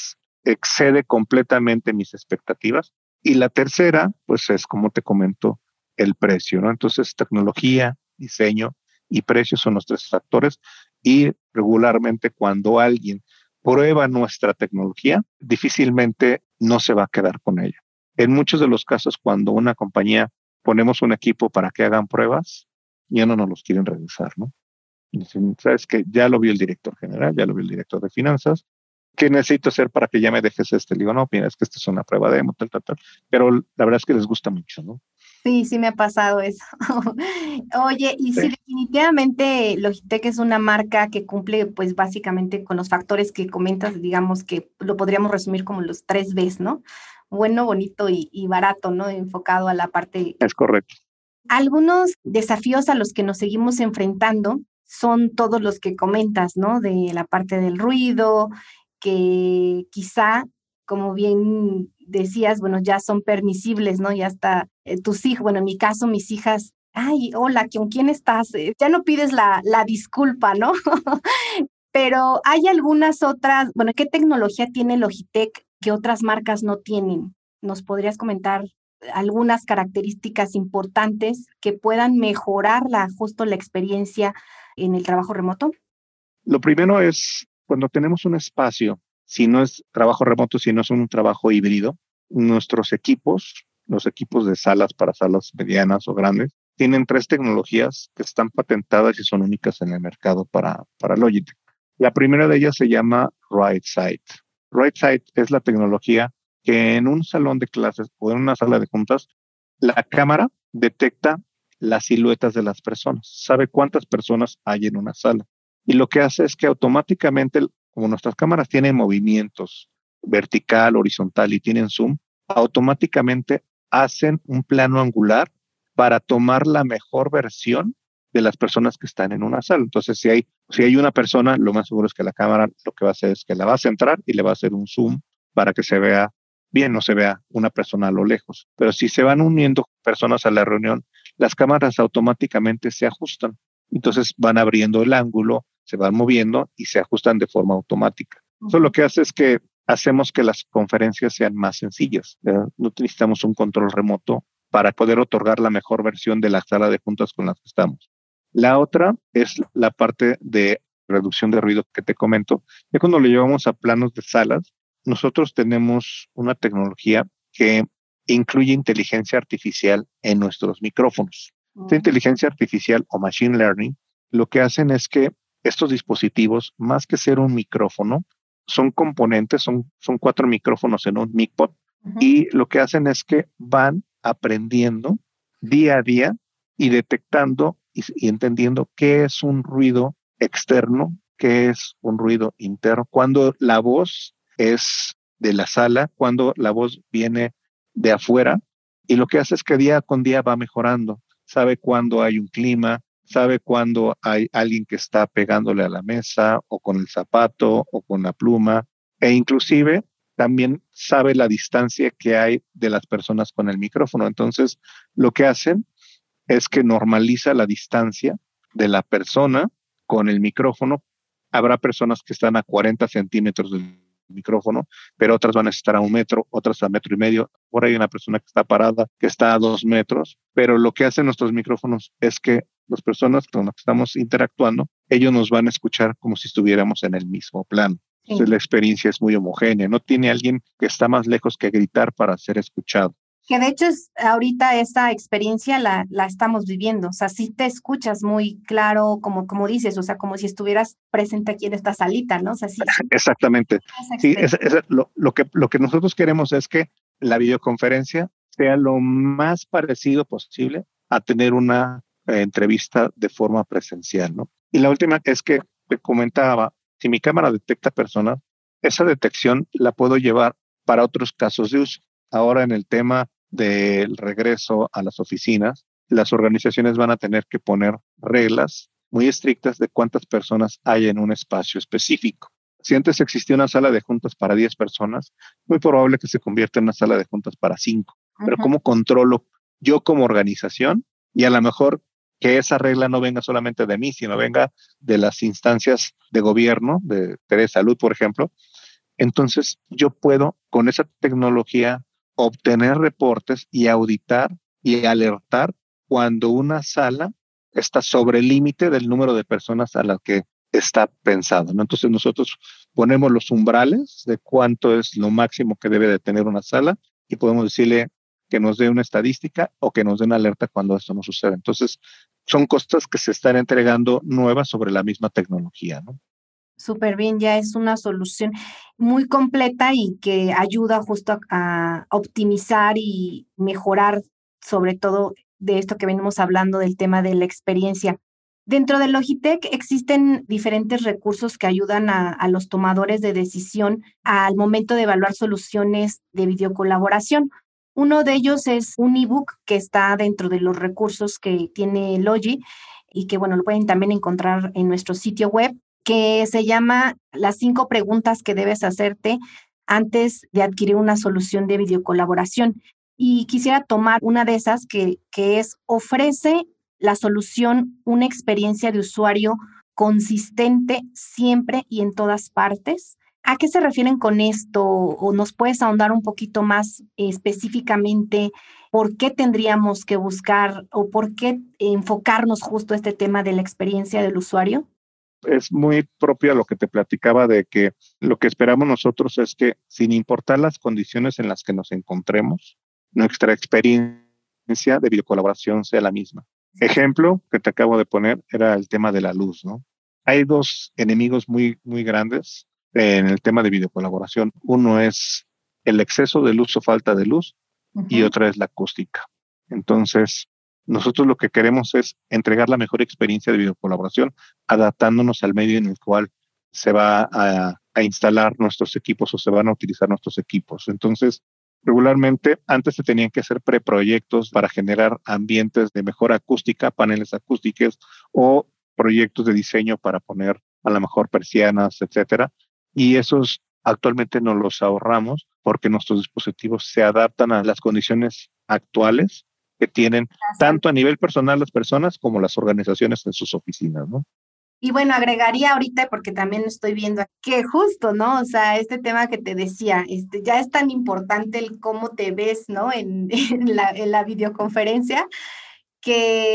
excede completamente mis expectativas. Y la tercera, pues es como te comento, el precio, ¿no? Entonces, tecnología, diseño y precio son los 3 factores y regularmente cuando alguien prueba nuestra tecnología, difícilmente no se va a quedar con ella. En muchos de los casos, cuando una compañía ponemos un equipo para que hagan pruebas, ya no nos los quieren regresar, ¿no? Dicen, sabes que ya lo vio el director general, ya lo vio el director de finanzas, ¿qué necesito hacer para que ya me dejes este? Le digo, no, mira, es que esta es una prueba demo, tal, tal, tal. Pero la verdad es que les gusta mucho, ¿no? Sí, sí me ha pasado eso. Oye, y Sí. sí, definitivamente Logitech es una marca que cumple, pues básicamente con los factores que comentas, digamos que lo podríamos resumir como los 3 Bs, ¿no? Bueno, bonito y barato, ¿no? Enfocado a la parte. Es correcto. Algunos desafíos a los que nos seguimos enfrentando son todos los que comentas, ¿no? De la parte del ruido, que quizá, como bien decías, bueno, ya son permisibles, ¿no? Ya está tus hijos, bueno, en mi caso, mis hijas, ay, hola, ¿con quién estás? Ya no pides la disculpa, ¿no? Pero hay algunas otras, bueno, ¿qué tecnología tiene Logitech que otras marcas no tienen? ¿Nos podrías comentar algunas características importantes que puedan mejorar justo la experiencia en el trabajo remoto? Lo primero es cuando tenemos un espacio, si no es trabajo remoto, si no es un trabajo híbrido, nuestros equipos, los equipos de salas para salas medianas o grandes, tienen 3 tecnologías que están patentadas y son únicas en el mercado para Logitech. La primera de ellas se llama Right Side. Right Side es la tecnología que en un salón de clases o en una sala de juntas, la cámara detecta las siluetas de las personas, sabe cuántas personas hay en una sala. Y lo que hace es que automáticamente, como nuestras cámaras tienen movimientos vertical, horizontal y tienen zoom, automáticamente hacen un plano angular para tomar la mejor versión de las personas que están en una sala. Entonces, si hay una persona, lo más seguro es que la cámara lo que va a hacer es que la va a centrar y le va a hacer un zoom para que se vea bien, no se vea una persona a lo lejos. Pero si se van uniendo personas a la reunión, las cámaras automáticamente se ajustan. Entonces van abriendo el ángulo, se van moviendo y se ajustan de forma automática. Eso lo que hace es que hacemos que las conferencias sean más sencillas. ¿Verdad? No necesitamos un control remoto para poder otorgar la mejor versión de la sala de juntas con la que estamos. La otra es la parte de reducción de ruido que te comento. Ya cuando lo llevamos a planos de salas, nosotros tenemos una tecnología que incluye inteligencia artificial en nuestros micrófonos. Esta inteligencia artificial o machine learning, lo que hacen es que estos dispositivos, más que ser un micrófono, son componentes, son 4 micrófonos en un micpod, y lo que hacen es que van aprendiendo día a día y detectando y entendiendo qué es un ruido externo, qué es un ruido interno, cuando la voz es de la sala, cuando la voz viene de afuera, y lo que hace es que día con día va mejorando, sabe cuándo hay un clima, sabe cuándo hay alguien que está pegándole a la mesa o con el zapato o con la pluma, e inclusive también sabe la distancia que hay de las personas con el micrófono. Entonces, lo que hacen es que normaliza la distancia de la persona con el micrófono. Habrá personas que están a 40 centímetros del micrófono, pero otras van a estar a 1 metro, otras a 1,5 metros. Por ahí hay una persona que está parada, que está a 2 metros, pero lo que hacen nuestros micrófonos es que las personas con las que estamos interactuando, ellos nos van a escuchar como si estuviéramos en el mismo plano. Entonces, la experiencia es muy homogénea. No tiene alguien que está más lejos que gritar para ser escuchado. Que de hecho es ahorita esta experiencia la estamos viviendo, o sea, sí te escuchas muy claro, como dices, o sea, como si estuvieras presente aquí en esta salita, ¿no? O sea, sí. Exactamente. Sí, lo que nosotros queremos es que la videoconferencia sea lo más parecido posible a tener una entrevista de forma presencial, ¿no? Y la última es que te comentaba, si mi cámara detecta personas, esa detección la puedo llevar para otros casos de uso. Ahora en el tema del regreso a las oficinas, las organizaciones van a tener que poner reglas muy estrictas de cuántas personas hay en un espacio específico. Si antes existía una sala de juntas para 10 personas, muy probable que se convierta en una sala de juntas para 5. Pero ¿cómo controlo yo como organización? Y a lo mejor que esa regla no venga solamente de mí, sino venga de las instancias de gobierno, de salud, por ejemplo. Entonces, yo puedo, con esa tecnología, obtener reportes y auditar y alertar cuando una sala está sobre el límite del número de personas a las que está pensado, ¿no? Entonces, nosotros ponemos los umbrales de cuánto es lo máximo que debe de tener una sala y podemos decirle que nos dé una estadística o que nos dé una alerta cuando esto no sucede. Entonces, son cosas que se están entregando nuevas sobre la misma tecnología, ¿no? Súper bien, ya es una solución muy completa y que ayuda justo a optimizar y mejorar, sobre todo de esto que venimos hablando del tema de la experiencia. Dentro de Logitech existen diferentes recursos que ayudan a los tomadores de decisión al momento de evaluar soluciones de videocolaboración. Uno de ellos es un ebook que está dentro de los recursos que tiene Logi y que, bueno, lo pueden también encontrar en nuestro sitio web, que se llama Las 5 preguntas que debes hacerte antes de adquirir una solución de videocolaboración. Y quisiera tomar una de esas que es: ofrece la solución una experiencia de usuario consistente siempre y en todas partes. ¿A qué se refieren con esto? ¿O nos puedes ahondar un poquito más específicamente por qué tendríamos que buscar o por qué enfocarnos justo a este tema de la experiencia del usuario? Es muy propio a lo que te platicaba de que lo que esperamos nosotros es que, sin importar las condiciones en las que nos encontremos, nuestra experiencia de videocolaboración sea la misma. Ejemplo que te acabo de poner era el tema de la luz, ¿no? Hay dos enemigos muy, muy grandes en el tema de videocolaboración. Uno es el exceso de luz o falta de luz, y otra es la acústica. Entonces, nosotros lo que queremos es entregar la mejor experiencia de videocolaboración, adaptándonos al medio en el cual se va a instalar nuestros equipos o se van a utilizar nuestros equipos. Entonces, regularmente antes se tenían que hacer preproyectos para generar ambientes de mejor acústica, paneles acústicos o proyectos de diseño para poner a lo mejor persianas, etcétera. Y esos actualmente nos los ahorramos porque nuestros dispositivos se adaptan a las condiciones actuales que tienen tanto a nivel personal las personas como las organizaciones en sus oficinas, ¿no? Y bueno, agregaría ahorita, porque también estoy viendo que justo, ¿no? O sea, este tema que te decía, ya es tan importante el cómo te ves, ¿no? En la videoconferencia, que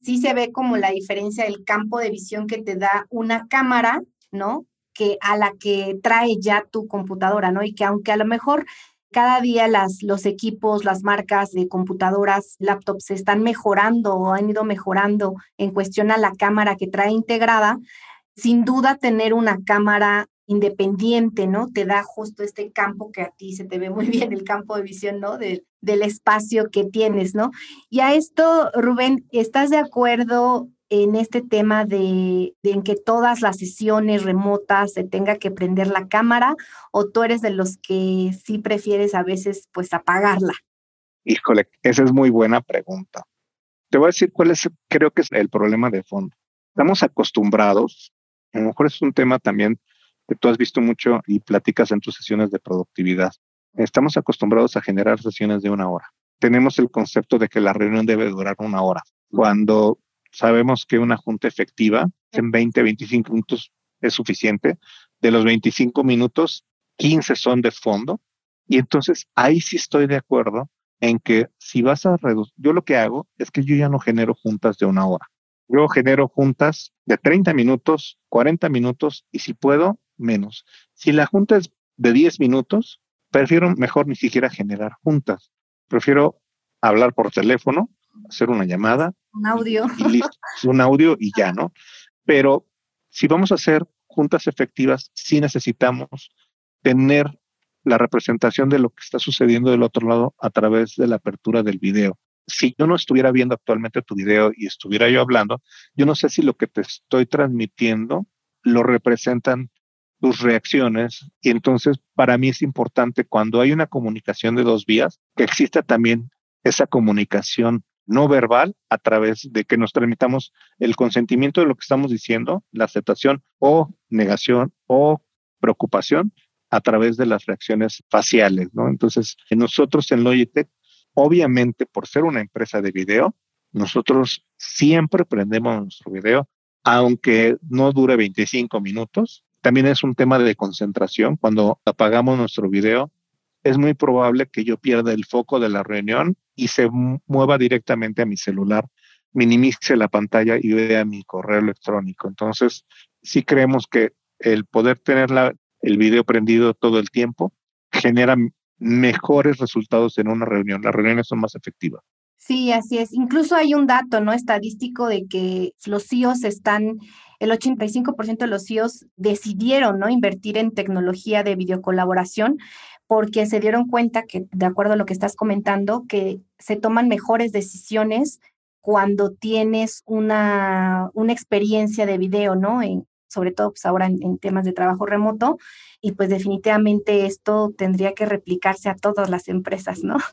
Sí se ve como la diferencia del campo de visión que te da una cámara, ¿no? Que a la que trae ya tu computadora, ¿no? Y que aunque a lo mejor cada día los equipos, las marcas de computadoras, laptops se están mejorando o han ido mejorando en cuestión a la cámara que trae integrada, sin duda tener una cámara independiente, ¿no? Te da justo este campo que a ti se te ve muy bien, el campo de visión, ¿no? Del espacio que tienes, ¿no? Y a esto, Rubén, ¿estás de acuerdo en este tema de en que todas las sesiones remotas se tenga que prender la cámara o tú eres de los que sí prefieres a veces pues apagarla? Híjole, esa es muy buena pregunta. Te voy a decir cuál es, creo que es el problema de fondo. Estamos acostumbrados, a lo mejor es un tema también que tú has visto mucho y platicas en tus sesiones de productividad. Estamos acostumbrados a generar sesiones de 1 hora. Tenemos el concepto de que la reunión debe durar 1 hora, cuando sabemos que una junta efectiva en 20, 25 minutos es suficiente. De los 25 minutos, 15 son de fondo. Y entonces ahí sí estoy de acuerdo en que si vas a reducir, yo lo que hago es que yo ya no genero juntas de 1 hora. Yo genero juntas de 30 minutos, 40 minutos y si puedo, menos. Si la junta es de 10 minutos, prefiero mejor ni siquiera generar juntas. Prefiero hablar por teléfono, hacer una llamada. Un audio. Y listo, un audio y ya, ¿no? Pero si vamos a hacer juntas efectivas, sí necesitamos tener la representación de lo que está sucediendo del otro lado a través de la apertura del video. Si yo no estuviera viendo actualmente tu video y estuviera yo hablando, yo no sé si lo que te estoy transmitiendo lo representan tus reacciones. Y entonces, para mí es importante cuando hay una comunicación de 2 vías, que exista también esa comunicación no verbal a través de que nos transmitamos el consentimiento de lo que estamos diciendo, la aceptación o negación o preocupación a través de las reacciones faciales, ¿no? Entonces, nosotros en Logitech, obviamente por ser una empresa de video, nosotros siempre prendemos nuestro video, aunque no dure 25 minutos. También es un tema de concentración. Cuando apagamos nuestro video, es muy probable que yo pierda el foco de la reunión y se mueva directamente a mi celular, minimice la pantalla y vea mi correo electrónico. Entonces, sí creemos que el poder tener el video prendido todo el tiempo genera mejores resultados en una reunión. Las reuniones son más efectivas. Sí, así es. Incluso hay un dato, ¿no? Estadístico de que los CEOs el 85% de los CEOs decidieron, ¿no? Invertir en tecnología de videocolaboración porque se dieron cuenta que, de acuerdo a lo que estás comentando, que se toman mejores decisiones cuando tienes una experiencia de video, ¿no? Sobre todo, pues ahora en temas de trabajo remoto, y pues definitivamente esto tendría que replicarse a todas las empresas, ¿no?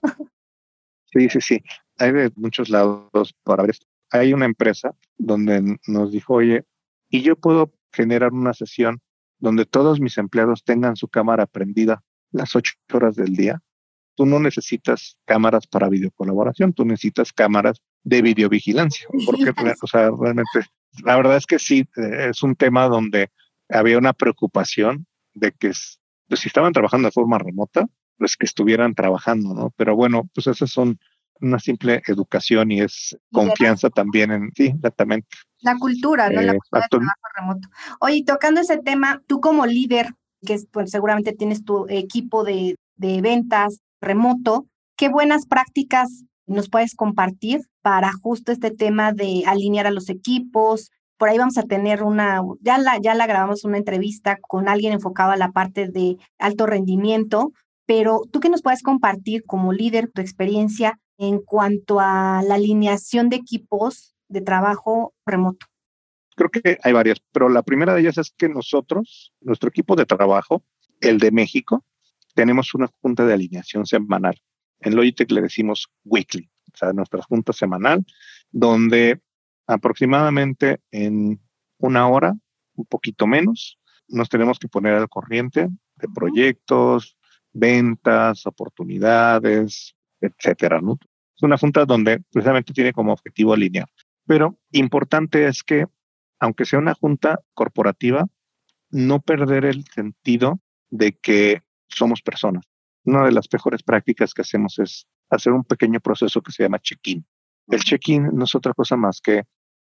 Sí, sí, sí. Hay de muchos lados para ver esto. Hay una empresa donde nos dijo, oye, y yo puedo generar una sesión donde todos mis empleados tengan su cámara prendida las 8 horas del día. Tú no necesitas cámaras para videocolaboración, tú necesitas cámaras de videovigilancia. Porque, o sea, realmente, la verdad es que sí, es un tema donde había una preocupación de que pues, si estaban trabajando de forma remota, pues que estuvieran trabajando, ¿no? Pero bueno, pues esas son una simple educación y es confianza también sí, exactamente. La cultura, ¿no? La cultura de trabajo remoto. Oye, y tocando ese tema, tú como líder, pues, seguramente tienes tu equipo de ventas remoto, ¿qué buenas prácticas nos puedes compartir para justo este tema de alinear a los equipos? Por ahí vamos a tener ya la grabamos una entrevista con alguien enfocado a la parte de alto rendimiento, pero tú qué nos puedes compartir como líder, tu experiencia en cuanto a la alineación de equipos de trabajo remoto. Creo que hay varias, pero la primera de ellas es que nosotros, nuestro equipo de trabajo, el de México, tenemos una junta de alineación semanal. En Logitech le decimos weekly, o sea, nuestra junta semanal, donde aproximadamente en 1 hora, un poquito menos, nos tenemos que poner al corriente de proyectos, ventas, oportunidades, etcétera, ¿no? Es una junta donde precisamente tiene como objetivo alinear. Pero importante es que, aunque sea una junta corporativa, no perder el sentido de que somos personas. Una de las mejores prácticas que hacemos es hacer un pequeño proceso que se llama check-in. El check-in no es otra cosa más que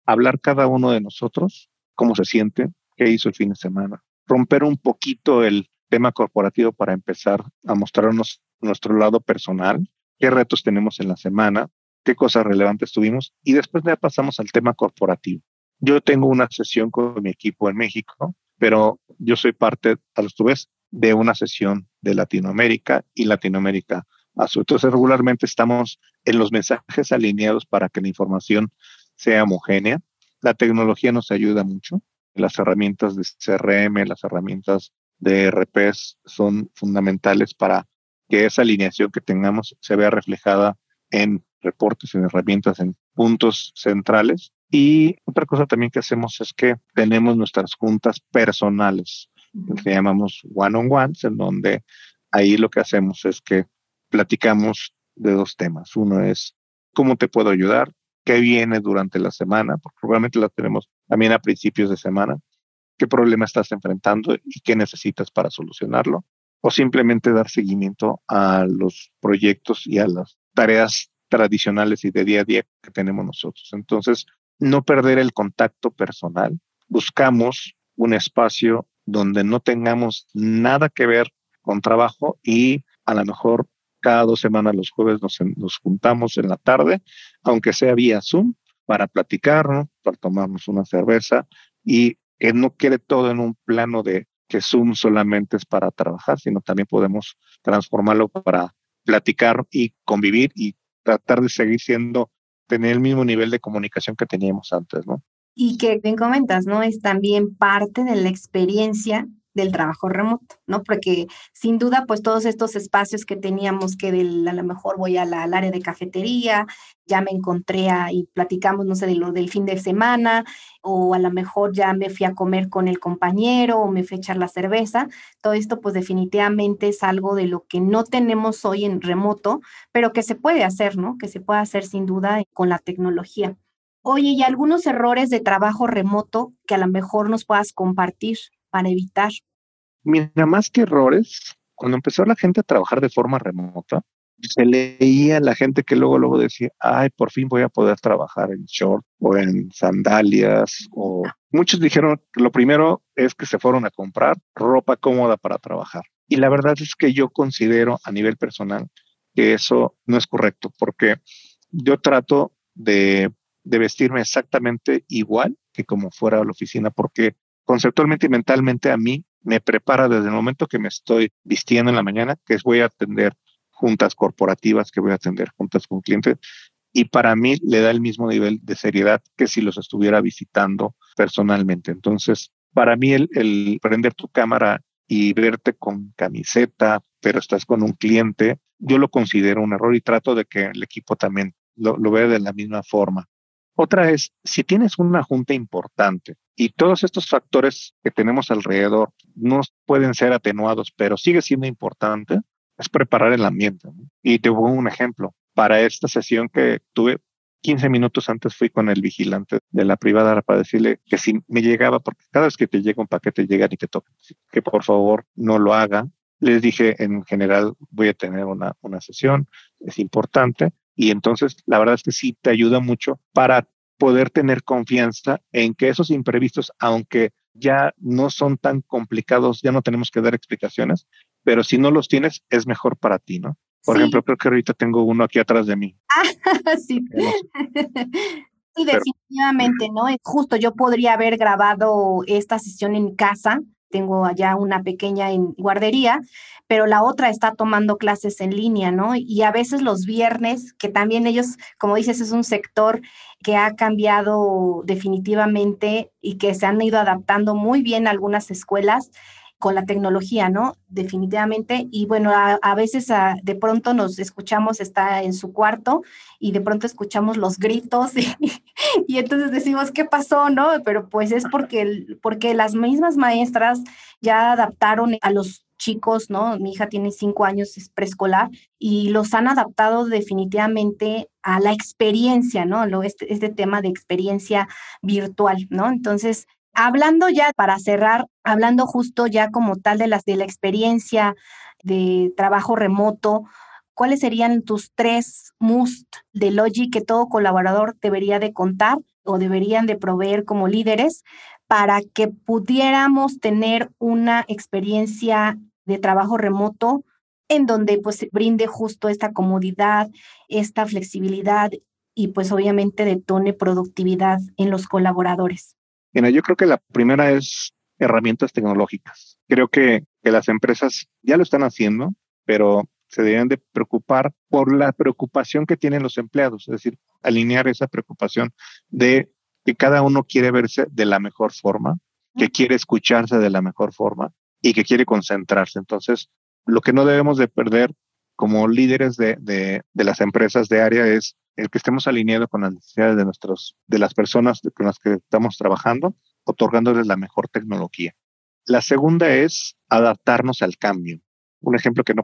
hablar cada uno de nosotros, cómo se siente, qué hizo el fin de semana, romper un poquito el tema corporativo para empezar a mostrarnos nuestro lado personal, qué retos tenemos en la semana, qué cosas relevantes tuvimos y después ya pasamos al tema corporativo. Yo tengo una sesión con mi equipo en México, pero yo soy parte, a su vez, de una sesión de Latinoamérica y Latinoamérica a su. Entonces, regularmente estamos en los mensajes alineados para que la información sea homogénea. La tecnología nos ayuda mucho. Las herramientas de CRM, las herramientas de ERPs son fundamentales para que esa alineación que tengamos se vea reflejada en reportes, en herramientas, en puntos centrales. Y otra cosa también que hacemos es que tenemos nuestras juntas personales, que llamamos one-on-ones, en donde ahí lo que hacemos es que platicamos de dos temas. Uno es cómo te puedo ayudar, qué viene durante la semana, porque probablemente la tenemos también a principios de semana, qué problema estás enfrentando y qué necesitas para solucionarlo, o simplemente dar seguimiento a los proyectos y a las tareas tradicionales y de día a día que tenemos nosotros. Entonces, no perder el contacto personal. Buscamos un espacio donde no tengamos nada que ver con trabajo y a lo mejor cada 2 semanas los jueves nos juntamos en la tarde, aunque sea vía Zoom, para platicarnos, para tomarnos una cerveza y que no quede todo en un plano de que Zoom solamente es para trabajar, sino también podemos transformarlo para platicar y convivir y tratar de seguir tener el mismo nivel de comunicación que teníamos antes, ¿no? Y que bien comentas, ¿no? Es también parte de la experiencia del trabajo remoto, ¿no? Porque sin duda, pues todos estos espacios que teníamos a lo mejor voy al área de cafetería, ya me encontré y platicamos, no sé, de lo del fin de semana, o a lo mejor ya me fui a comer con el compañero, o me fui a echar la cerveza. Todo esto, pues definitivamente es algo de lo que no tenemos hoy en remoto, pero que se puede hacer, ¿no? Que se puede hacer sin duda con la tecnología. Oye, ¿y algunos errores de trabajo remoto que a lo mejor nos puedas compartir para evitar? Mira, más que errores, cuando empezó la gente a trabajar de forma remota, se leía a la gente que luego decía, ay, por fin voy a poder trabajar en short o en sandalias, o muchos dijeron, lo primero es que se fueron a comprar ropa cómoda para trabajar. Y la verdad es que yo considero a nivel personal que eso no es correcto, porque yo trato de vestirme exactamente igual que como fuera a la oficina, porque conceptualmente y mentalmente a mí me prepara desde el momento que me estoy vistiendo en la mañana, que voy a atender juntas corporativas, que voy a atender juntas con clientes, y para mí le da el mismo nivel de seriedad que si los estuviera visitando personalmente. Entonces, para mí el prender tu cámara y verte con camiseta, pero estás con un cliente, yo lo considero un error y trato de que el equipo también lo vea de la misma forma. Otra es, si tienes una junta importante y todos estos factores que tenemos alrededor no pueden ser atenuados, pero sigue siendo importante, es preparar el ambiente, ¿no? Y te pongo un ejemplo. Para esta sesión que tuve, 15 minutos antes fui con el vigilante de la privada para decirle que si me llegaba, porque cada vez que te llega un paquete, llegan y te tocan, que por favor no lo haga. Les dije, en general, voy a tener una sesión, es importante. Y entonces, la verdad es que sí te ayuda mucho para poder tener confianza en que esos imprevistos, aunque ya no son tan complicados, ya no tenemos que dar explicaciones, pero si no los tienes, es mejor para ti, ¿no? Por Sí, ejemplo, creo que ahorita tengo uno aquí atrás de mí. sí. No sé, Sí, pero definitivamente, ¿no? Justo yo podría haber grabado esta sesión en casa. Tengo allá una pequeña en guardería, pero la otra está tomando clases en línea, ¿no? Y a veces los viernes, que también ellos, como dices, es un sector que ha cambiado definitivamente y que se han ido adaptando muy bien a algunas escuelas con la tecnología, ¿no? Definitivamente. Y bueno, a veces de pronto nos escuchamos, está en su cuarto y de pronto escuchamos los gritos y entonces decimos, ¿qué pasó, no? Pero pues es porque las mismas maestras ya adaptaron a los chicos, ¿no? Mi hija tiene 5 años, es preescolar, y los han adaptado definitivamente a la experiencia, ¿no? Este tema de experiencia virtual, ¿no? Entonces, hablando ya para cerrar, hablando justo ya como tal de la experiencia de trabajo remoto, ¿cuáles serían tus 3 must de Logi que todo colaborador debería de contar o deberían de proveer como líderes para que pudiéramos tener una experiencia de trabajo remoto en donde pues brinde justo esta comodidad, esta flexibilidad y pues obviamente detone productividad en los colaboradores? Mira, yo creo que la primera es herramientas tecnológicas. Creo que las empresas ya lo están haciendo, pero se deberían de preocupar por la preocupación que tienen los empleados, es decir, alinear esa preocupación de que cada uno quiere verse de la mejor forma, que quiere escucharse de la mejor forma y que quiere concentrarse. Entonces, lo que no debemos de perder como líderes de las empresas de área es el que estemos alineados con las necesidades de las personas con las que estamos trabajando, otorgándoles la mejor tecnología. La segunda es adaptarnos al cambio. Un ejemplo que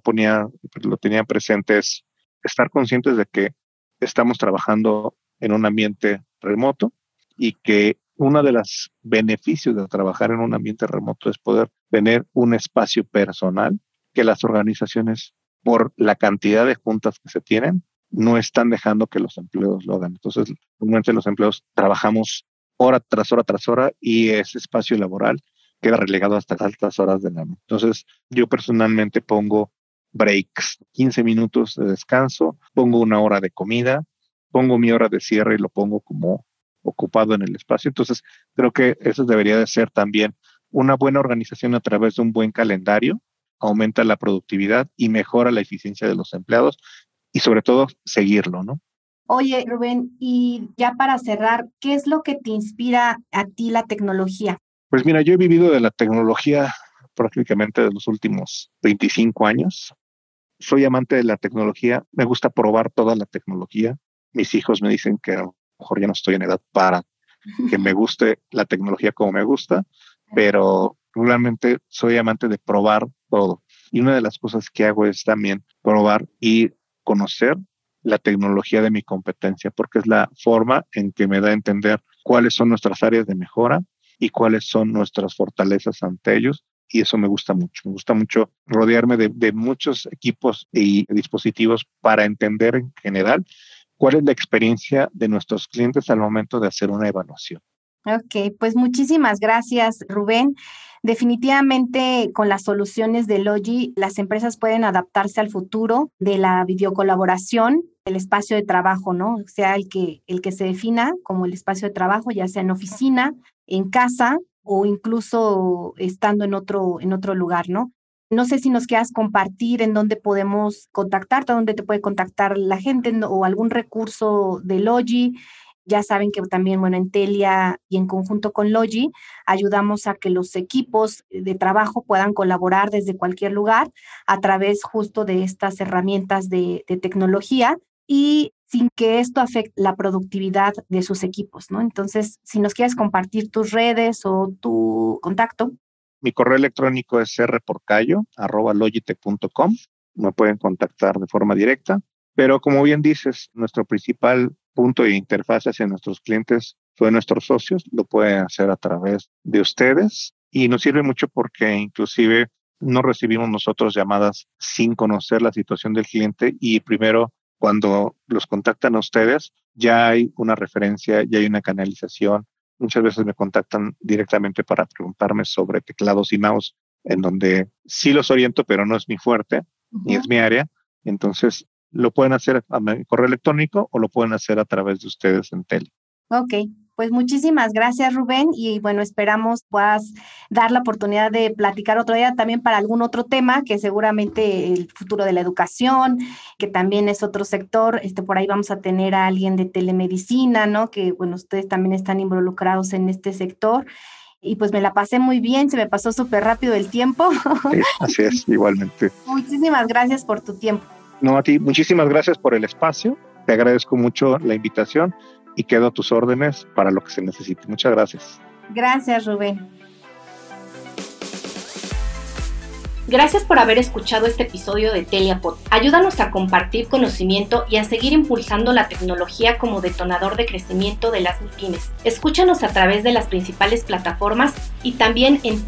lo tenía presente es estar conscientes de que estamos trabajando en un ambiente remoto y que uno de los beneficios de trabajar en un ambiente remoto es poder tener un espacio personal que las organizaciones, por la cantidad de juntas que se tienen, no están dejando que los empleados lo hagan. Entonces, normalmente los empleados trabajamos hora tras hora tras hora y ese espacio laboral queda relegado hasta las altas horas de la noche. Entonces, yo personalmente pongo breaks, 15 minutos de descanso, pongo una hora de comida, pongo mi hora de cierre y lo pongo como ocupado en el espacio. Entonces, creo que eso debería de ser también una buena organización a través de un buen calendario, aumenta la productividad y mejora la eficiencia de los empleados y sobre todo seguirlo, ¿no? Oye, Rubén, y ya para cerrar, ¿qué es lo que te inspira a ti la tecnología? Pues mira, yo he vivido de la tecnología prácticamente de los últimos 25 años. Soy amante de la tecnología, me gusta probar toda la tecnología. Mis hijos me dicen que a lo mejor ya no estoy en edad para que me guste la tecnología como me gusta, pero realmente soy amante de probar todo. Y una de las cosas que hago es también probar y conocer la tecnología de mi competencia, porque es la forma en que me da a entender cuáles son nuestras áreas de mejora y cuáles son nuestras fortalezas ante ellos. Y eso me gusta mucho. Me gusta mucho rodearme de muchos equipos y dispositivos para entender en general cuál es la experiencia de nuestros clientes al momento de hacer una evaluación. Ok, pues muchísimas gracias, Rubén. Definitivamente con las soluciones de Logi, las empresas pueden adaptarse al futuro de la videocolaboración, el espacio de trabajo, ¿no? Sea el que se defina como el espacio de trabajo, ya sea en oficina, en casa o incluso estando en otro lugar, ¿no? No sé si nos quieras compartir en dónde podemos contactarte, dónde te puede contactar la gente o algún recurso de Logi. Ya saben que también, bueno, en Telia y en conjunto con Logi, ayudamos a que los equipos de trabajo puedan colaborar desde cualquier lugar a través justo de estas herramientas de tecnología y sin que esto afecte la productividad de sus equipos, ¿no? Entonces, si nos quieres compartir tus redes o tu contacto. Mi correo electrónico es rporcayo@logitech.com. Me pueden contactar de forma directa, pero como bien dices, nuestro principal punto de interfaz hacia nuestros clientes son nuestros socios, lo pueden hacer a través de ustedes y nos sirve mucho porque inclusive no recibimos nosotros llamadas sin conocer la situación del cliente y primero cuando los contactan a ustedes ya hay una referencia, ya hay una canalización. Muchas veces me contactan directamente para preguntarme sobre teclados y mouse, en donde sí los oriento, pero no es mi fuerte, ni es mi área. Entonces, lo pueden hacer a mi correo electrónico o lo pueden hacer a través de ustedes en Telia. Ok, pues muchísimas gracias, Rubén, y bueno, esperamos puedas dar la oportunidad de platicar otro día también para algún otro tema, que seguramente el futuro de la educación, que también es otro sector. Por ahí vamos a tener a alguien de telemedicina, ¿no? Que bueno, ustedes también están involucrados en este sector. Y pues me la pasé muy bien, se me pasó súper rápido el tiempo. Sí, así es, igualmente. Muchísimas gracias por tu tiempo. No, a ti, muchísimas gracias por el espacio. Te agradezco mucho la invitación y quedo a tus órdenes para lo que se necesite. Muchas gracias. Gracias, Rubén. Gracias por haber escuchado este episodio de TeliaPod. Ayúdanos a compartir conocimiento y a seguir impulsando la tecnología como detonador de crecimiento de las MIPYMES. Escúchanos a través de las principales plataformas y también en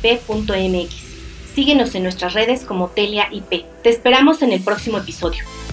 telia-medioip.mx. Síguenos en nuestras redes como Telia IP. Te esperamos en el próximo episodio.